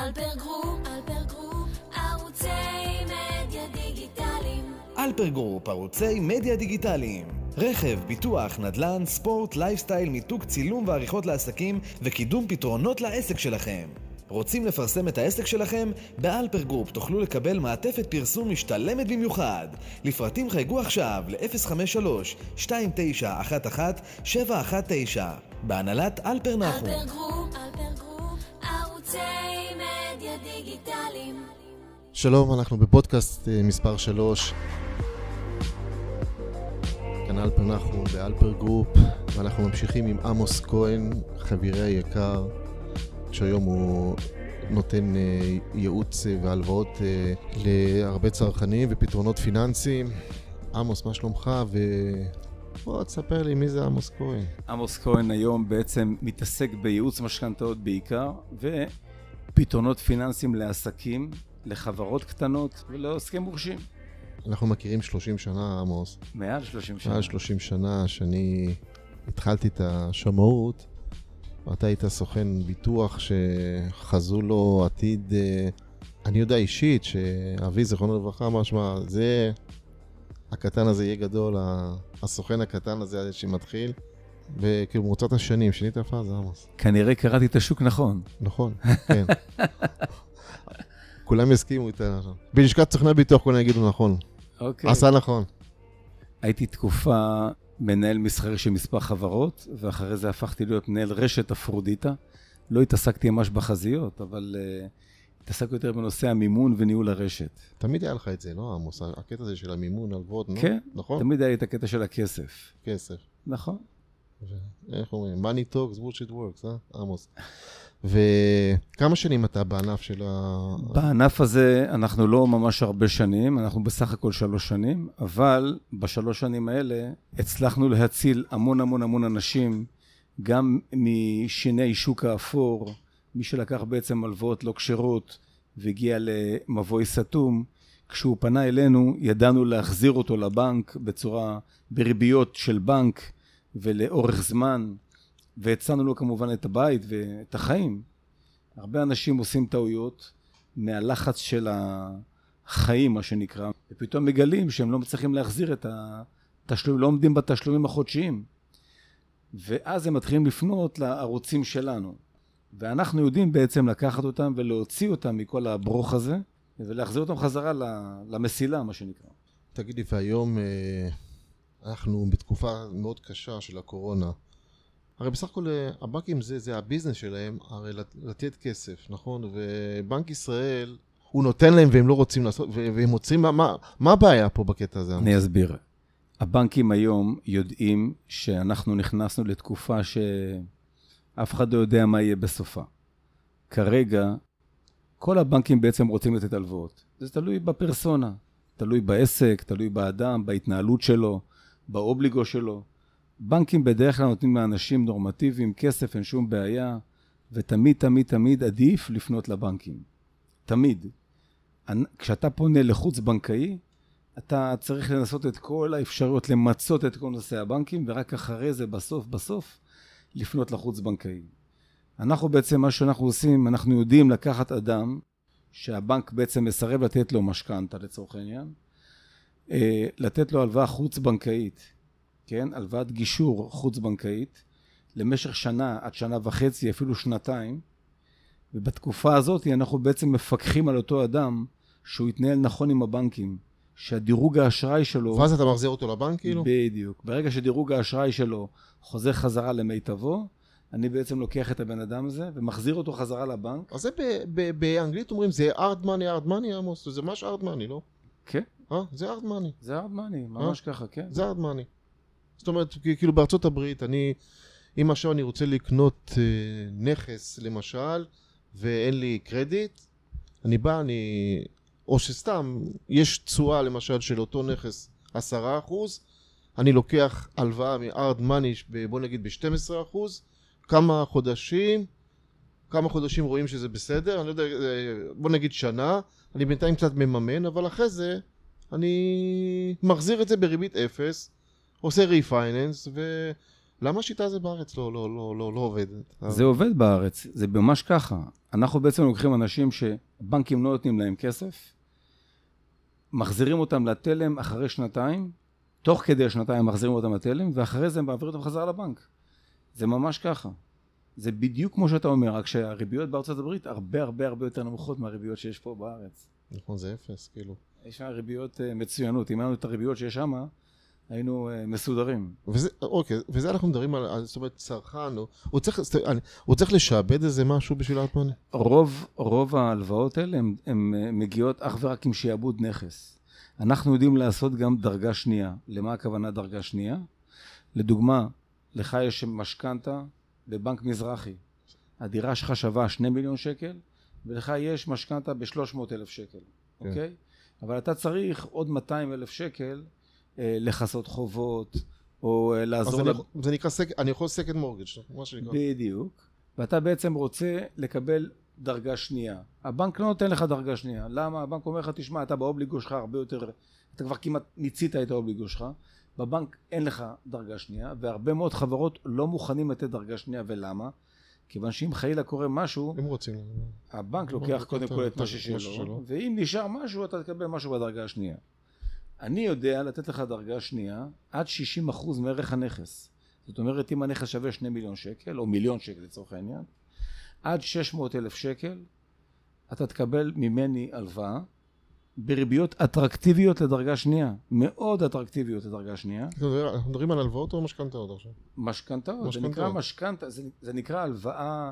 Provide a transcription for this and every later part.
אלפר גרופ, ערוצי מדיה דיגיטליים. אלפר גרופ, ערוצי מדיה דיגיטליים. רכב, ביטוח, נדל"ן, ספורט, לייפסטייל, מיתוג, צילום ועריכות לעסקים וקידום פתרונות לעסק שלכם. רוצים לפרסם את העסק שלכם? באלפר גרופ תוכלו לקבל מעטפת פרסום משתלמת במיוחד. לפרטים חייגו עכשיו ל-053-2911-719 בהנהלת אלפר נחום. אלפר גרופ, ערוצי מדיה דיגיטליים. שלום, אנחנו בפודקאסט מספר 3 כאן אלפר נחום באלפר גרופ, ואנחנו ממשיכים עם עמוס כהן, חברי היקר, שהיום הוא נותן ייעוץ והלוואות להרבה צרכנים ופתרונות פיננסיים. עמוס, מה שלומך? בוא תספר לי מי זה עמוס כהן. עמוס כהן היום בעצם מתעסק בייעוץ משכנתאות בעיקר, ופתרונות פיננסיים לעסקים, לחברות קטנות ולעוסקים מורשים. אנחנו מכירים 30 שנה, עמוס. מעל 30 שנה. מעל 30 שנה שאני התחלתי את השמאות, ואתה היית סוכן ביטוח שחזו לו עתיד, אני יודע אישית, שאבי זכרונו לברכה משמע, זה, הקטן הזה יהיה גדול, הסוכן הקטן הזה שמתחיל, וכאילו מוצאת השנים, שנית יפה זה עמוס. כנראה קראתי את השוק נכון. נכון, כן. כולם יסכימו איתה. בלשכת סוכני ביטוח כולם יגידו נכון. אוקיי. עשה נכון. הייתי תקופה מנהל מסחרי של מספר חברות, ואחרי זה הפכתי להיות מנהל רשת אפרודיטה. לא התעסקתי ממש בחזיות, אבל התעסקתי יותר בנושא המימון וניהול הרשת. תמיד היה לך את זה, לא עמוס? הקטע הזה של המימון, הלוואות, כן, נכון? תמיד היה לי את הקטע של הכסף. כסף. נכון. איך אומרים? Money talks, bullshit works, עמוס? וכמה שנים אתה בענף של בענף הזה אנחנו לא ממש הרבה שנים, אנחנו בסך הכל 3 שנים, אבל ב3 שנים האלה הצלחנו להציל המון אנשים, גם משיני שוק האפור, מי שלקח בעצם הלוואות לא כשרות והגיע למבוי סתום, כשהוא פנה אלינו ידענו להחזיר אותו לבנק בריביות של בנק ולאורך זמן, והצענו לו כמובן את הבית ואת החיים. הרבה אנשים עושים טעויות מהלחץ של החיים, מה שנקרא, ופתאום מגלים שהם לא מצליחים להחזיר את התשלום, לא עומדים בתשלומים החודשיים. ואז הם מתחילים לפנות לערוצים שלנו. ואנחנו יודעים בעצם לקחת אותם ולהוציא אותם מכל הברוך הזה, ולהחזיר אותם חזרה למסילה, מה שנקרא. תגיד לי, והיום אנחנו בתקופה מאוד קשה של הקורונה. הרי בסך הכל הבנקים זה הביזנס שלהם, הרי לתת כסף, נכון? ובנק ישראל, הוא נותן להם והם לא רוצים לעשות, והם מוצאים, מה הבעיה פה בקטע הזה? אני אסביר. הבנקים היום יודעים שאנחנו נכנסנו לתקופה שאף אחד לא יודע מה יהיה בסופה. כרגע, כל הבנקים בעצם רוצים לתת הלוואות. זה תלוי בפרסונה, תלוי בעסק, תלוי באדם, בהתנהלות שלו, באובליגו שלו. בנקים בדרך כלל נותנים לאנשים נורמטיביים כסף, אין שום בעיה, ותמיד עדיף לפנות לבנקים. תמיד. כשאתה פונה לחוץ בנקאי, אתה צריך לנסות את כל האפשרויות, למצות את כל נושא הבנקים, ורק אחרי זה בסוף לפנות לחוץ בנקאי. אנחנו בעצם, מה שאנחנו עושים, אנחנו יודעים לקחת אדם, שהבנק בעצם מסרב לתת לו משכנתא לצורך העניין, לתת לו הלוואה חוץ בנקאית, כן? הלוואת גישור חוץ בנקאית, למשך שנה עד 1.5 שנה, אפילו 2 ובתקופה הזאת אנחנו בעצם מפקחים על אותו אדם, שהוא יתנהל נכון עם הבנקים, שהדירוג האשראי שלו... ואז אתה מחזיר אותו לבנק כאילו? בדיוק. ברגע שדירוג האשראי שלו חוזר חזרה למיטבו, אני בעצם לוקח את הבן אדם הזה ומחזיר אותו חזרה לבנק. אז זה באנגלית אומרים, זה hard money, עמוס, זה ממש hard money, לא? כן. זה hard money. זה hard money, ממש ככה, כן. זה hard money. זאת אומרת, כאילו בארצות הברית, אם עכשיו אני רוצה לקנות נכס, למשל, ואין לי קרדיט, או שסתם, יש תשואה, למשל, של אותו נכס 10%, אני לוקח הלוואה מ-hard money, בוא נגיד ב-12%, כמה חודשים רואים שזה בסדר, אני לא יודע, בוא נגיד שנה, אני בינתיים קצת מממן, אבל אחרי זה, אני מחזיר את זה בריבית 0, עושה ריפייננס, למה השיטה הזו בארץ לא עובדת? זה עובד בארץ, זה ממש ככה. אנחנו בעצם לוקחים אנשים שבנקים לא נותנים להם כסף, מחזירים אותם לתלם אחרי שנתיים, תוך כדי שנתיים מחזירים אותם לתלם, ואחרי זה הם מעבירים אותם חזרה לבנק. זה ממש ככה. זה בדיוק כמו שאתה אומר, רק שהריביות בארצות הברית הרבה יותר נמוכות מהריביות שיש פה בארץ. נכון, זה אפס, כאילו. יש שם ריביות מצוינות. אם היינו את הריביות שיש שם, היינו מסודרים. וזה אנחנו מדברים על, זאת אומרת, צרכן, הוא צריך לשעבד איזה משהו בשביל הארטמני? רוב ההלוואות האלה הן מגיעות אך ורק עם שיעבוד נכס. אנחנו יודעים לעשות גם דרגה שנייה. למה הכוונה דרגה שנייה? לדוגמה, לך יש משכנתה בבנק מזרחי. הדירה שלך שווה 2 מיליון שקל, ולך יש משכנתה ב-300,000 שקל, אוקיי? אבל אתה צריך עוד 200,000 שקל לחסות חובות, או לעזור... זה נקרא, אני יכול second mortgage, מה שנקרא. בדיוק. ואתה בעצם רוצה לקבל דרגה שנייה. הבנק לא נותן לך דרגה שנייה. למה? הבנק אומר לך, תשמע, אתה באובליגו שלך הרבה יותר... אתה כבר כמעט ניצית את האובליגו שלך. בבנק אין לך דרגה שנייה, והרבה מאוד חברות לא מוכנים לתת דרגה שנייה. ולמה? כיוון שאם חלילה קורה משהו... הם רוצים. הבנק לוקח קודם כל את מה ששלו, ואם נשאר משהו, אתה תקבל משהו בדרגה השנייה. אני יודע לתת לך דרגה שנייה עד 60% מערך הנכס. זאת אומרת, אם הנכס שווה 2 מיליון שקל, או מיליון שקל לצורך העניין, עד 600,000 שקל, אתה תקבל ממני הלוואה, בריביות אטרקטיביות לדרגה שנייה. מאוד אטרקטיביות לדרגה שנייה. אנחנו מדברים על הלוואות או משכנתאות עכשיו? משכנתאות, זה נקרא משכנתה, זה נקרא הלוואה,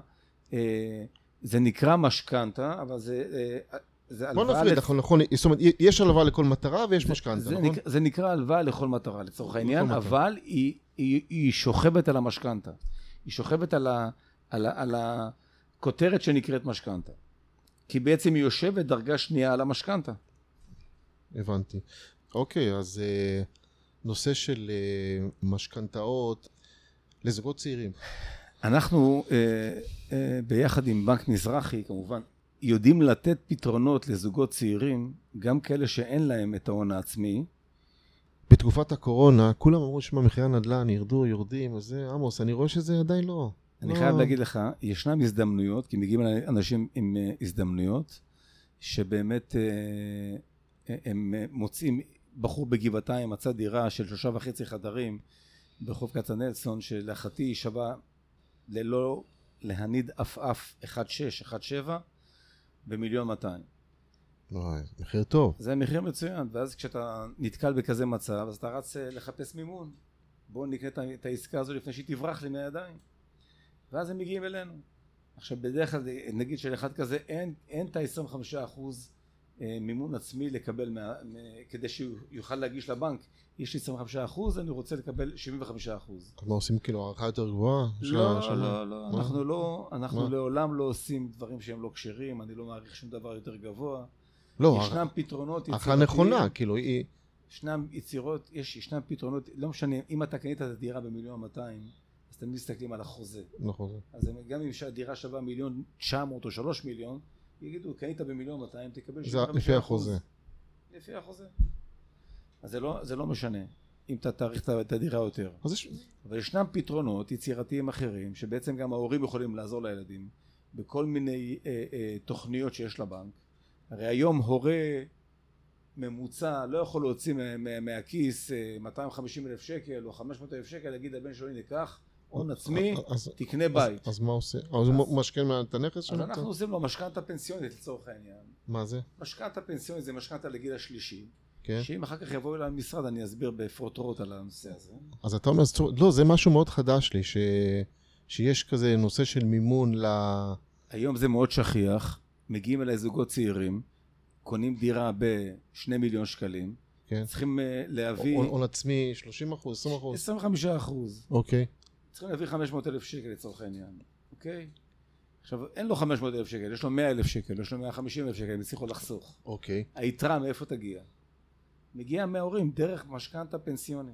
זה נקרא משכנתה, אבל זה בוא נפריד, נכון, זאת אומרת, יש הלוואה לכל מטרה ויש משכנתה, נכון? זה נקרא הלוואה לכל מטרה לצורך העניין, אבל היא שוכבת על המשכנתה. היא שוכבת על הכותרת שנקראת משכנתה. כי בעצם היא יושבת דרגה שנייה על המשכנתה. הבנתי. אוקיי, אז נושא של משכנתאות לזוגות צעירים. אנחנו ביחד עם בנק מזרחי, כמובן, יודעים לתת פתרונות לזוגות צעירים, גם כאלה שאין להם את ההון העצמי. בתקופת הקורונה, כולם אמרו שמחירי הנדל"ן יורדים, אז זה, עמוס, אני רואה שזה עדיין לא. אני חייב להגיד לך, ישנם הזדמנויות, כי מגיעים אנשים עם הזדמנויות, שבאמת הם מוצאים, בחור בגבעתיים מצא דירה של 3.5 חדרים ברחוב כצנלסון, שלהערכתי היא שווה ללא להניד אף 1.6, 1.7 ב1,200,000. מחיר טוב. זה מחיר מצוין, ואז כשאתה נתקל בכזה מצב, אז אתה רץ לחפש מימון. בואו נקנה את העסקה הזו לפני שהיא תברח לי מהידיים. ואז הם מגיעים אלינו. עכשיו בדרך כלל נגיד שלאחד כזה אין את ה-25% מימון עצמי לקבל כדי שהוא יוכל להגיש לבנק. יש לי 25%, אני רוצה לקבל 75%. אז מה עושים כאילו הערכה יותר גבוהה? לא, אנחנו לעולם לא עושים דברים שהם לא כשרים, אני לא מעריך שום דבר יותר גבוה. לא, ישנם פתרונות יצירתיים. הערכה נכונה, כאילו היא... ישנם פתרונות, לא משנה, אם אתה קנית את הדירה ב1,200,000, אז אתם מסתכלים על החוזה. נכון. אז גם אם הדירה שווה 1,900,000 או 3 מיליון, יגידו, קנית ב1,200,000, תקבל 75%. זה לפי החוזה. לפי החוזה. אז זה לא משנה, אם אתה תאריך את הדירה יותר. אבל ישנם פתרונות יצירתיים אחרים, שבעצם גם ההורים יכולים לעזור לילדים, בכל מיני תוכניות שיש לבנק. הרי היום הורה ממוצע לא יכול להוציא מהכיס 250,000 שקל או 500,000 שקל, להגיד לבן שלו, הנה קח, הון עצמי, תקנה בית. אז מה עושה? אז הוא משכן את הנכס שלו? אז אנחנו עושים לו משכנתה פנסיונית לצורך העניין. מה זה? משכנתה פנסיונית זה משכנתה לגיל השלישי. כן. שאם אחר כך יבואו אליי למשרד, אני אסביר בפרוטרוט על הנושא הזה. אז אתה אומר, לא, זה משהו מאוד חדש לי, שיש כזה נושא של מימון היום זה מאוד שכיח, מגיעים אליי זוגות צעירים, קונים דירה ב2 מיליון שקלים, כן. צריכים להביא... הון עצמי 30%, 20%? 25%. אוקיי. צריכים להביא 500,000 שקל לצורך העניין, אוקיי? עכשיו, אין לו 500,000 שקל, יש לו 100,000 שקל, יש לו 150,000 שקל, הם הצליחו לחסוך. אוקיי. היתרה מאיפה תגיע? מגיע מההורים דרך משכנתה פנסיונית.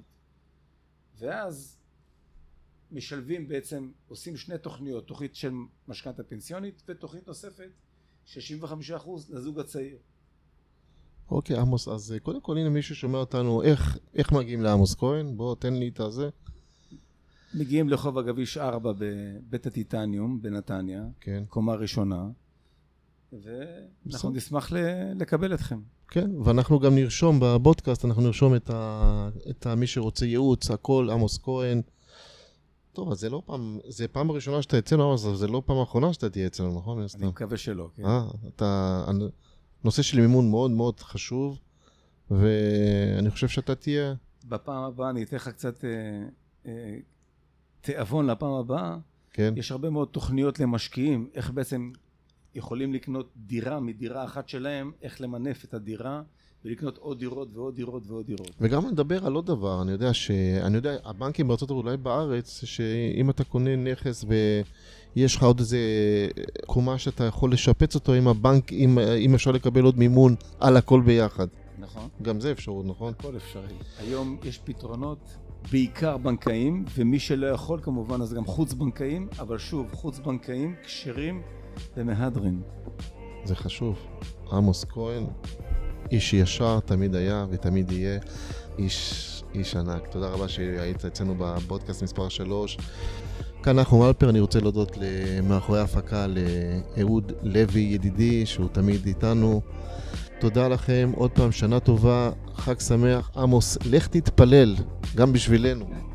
ואז משלבים בעצם, עושים שני תוכניות, תוכנית של משכנתה פנסיונית ותוכנית נוספת, 65% לזוג הצעיר. אוקיי, עמוס, אז קודם כל הנה מישהו שומע אותנו, איך מגיעים לעמוס כהן? בוא תן לי את הזה. מגיעים לחוב הגביש 4 בבית הטיטניום בנתניה, כן. קומה ראשונה, ואנחנו נשמח לקבל אתכם. כן, ואנחנו גם נרשום בבודקאסט, אנחנו נרשום את מי שרוצה ייעוץ, הכל, עמוס כהן. טוב, אז זה פעם ראשונה שאתה אצלנו, אבל זה לא פעם האחרונה שאתה תהיה אצלנו, נכון? אני מקווה שלא, כן. נושא של מימון מאוד מאוד חשוב, ואני חושב שאתה תהיה... בפעם הבאה אני אתן לך קצת תיאבון לפעם הבאה. כן. יש הרבה מאוד תוכניות למשקיעים, איך בעצם יכולים לקנות דירה מדירה אחת שלהם, איך למנף את הדירה, ולקנות עוד דירות ועוד דירות ועוד דירות. וגם נדבר על עוד דבר, אני יודע, הבנקים בארצות הברית, אולי בארץ, שאם אתה קונה נכס ויש לך עוד איזה קומה שאתה יכול לשפץ אותו עם הבנק, אם אפשר לקבל עוד מימון על הכל ביחד. נכון. גם זה אפשרות, נכון? הכל אפשרי. היום יש פתרונות בעיקר בנקאים, ומי שלא יכול כמובן אז גם חוץ בנקאים, אבל שוב, חוץ בנקאים, קשרים ומהדרין. זה חשוב. עמוס כהן, איש ישר, תמיד היה ותמיד יהיה איש ענק. תודה רבה שהיית אצלנו בפודקאסט מספר 3. כאן אנחנו אלפר, אני רוצה להודות מאחורי ההפקה לאהוד לוי ידידי, שהוא תמיד איתנו. תודה לכם, עוד פעם שנה טובה, חג שמח. עמוס, לך תתפלל, גם בשבילנו.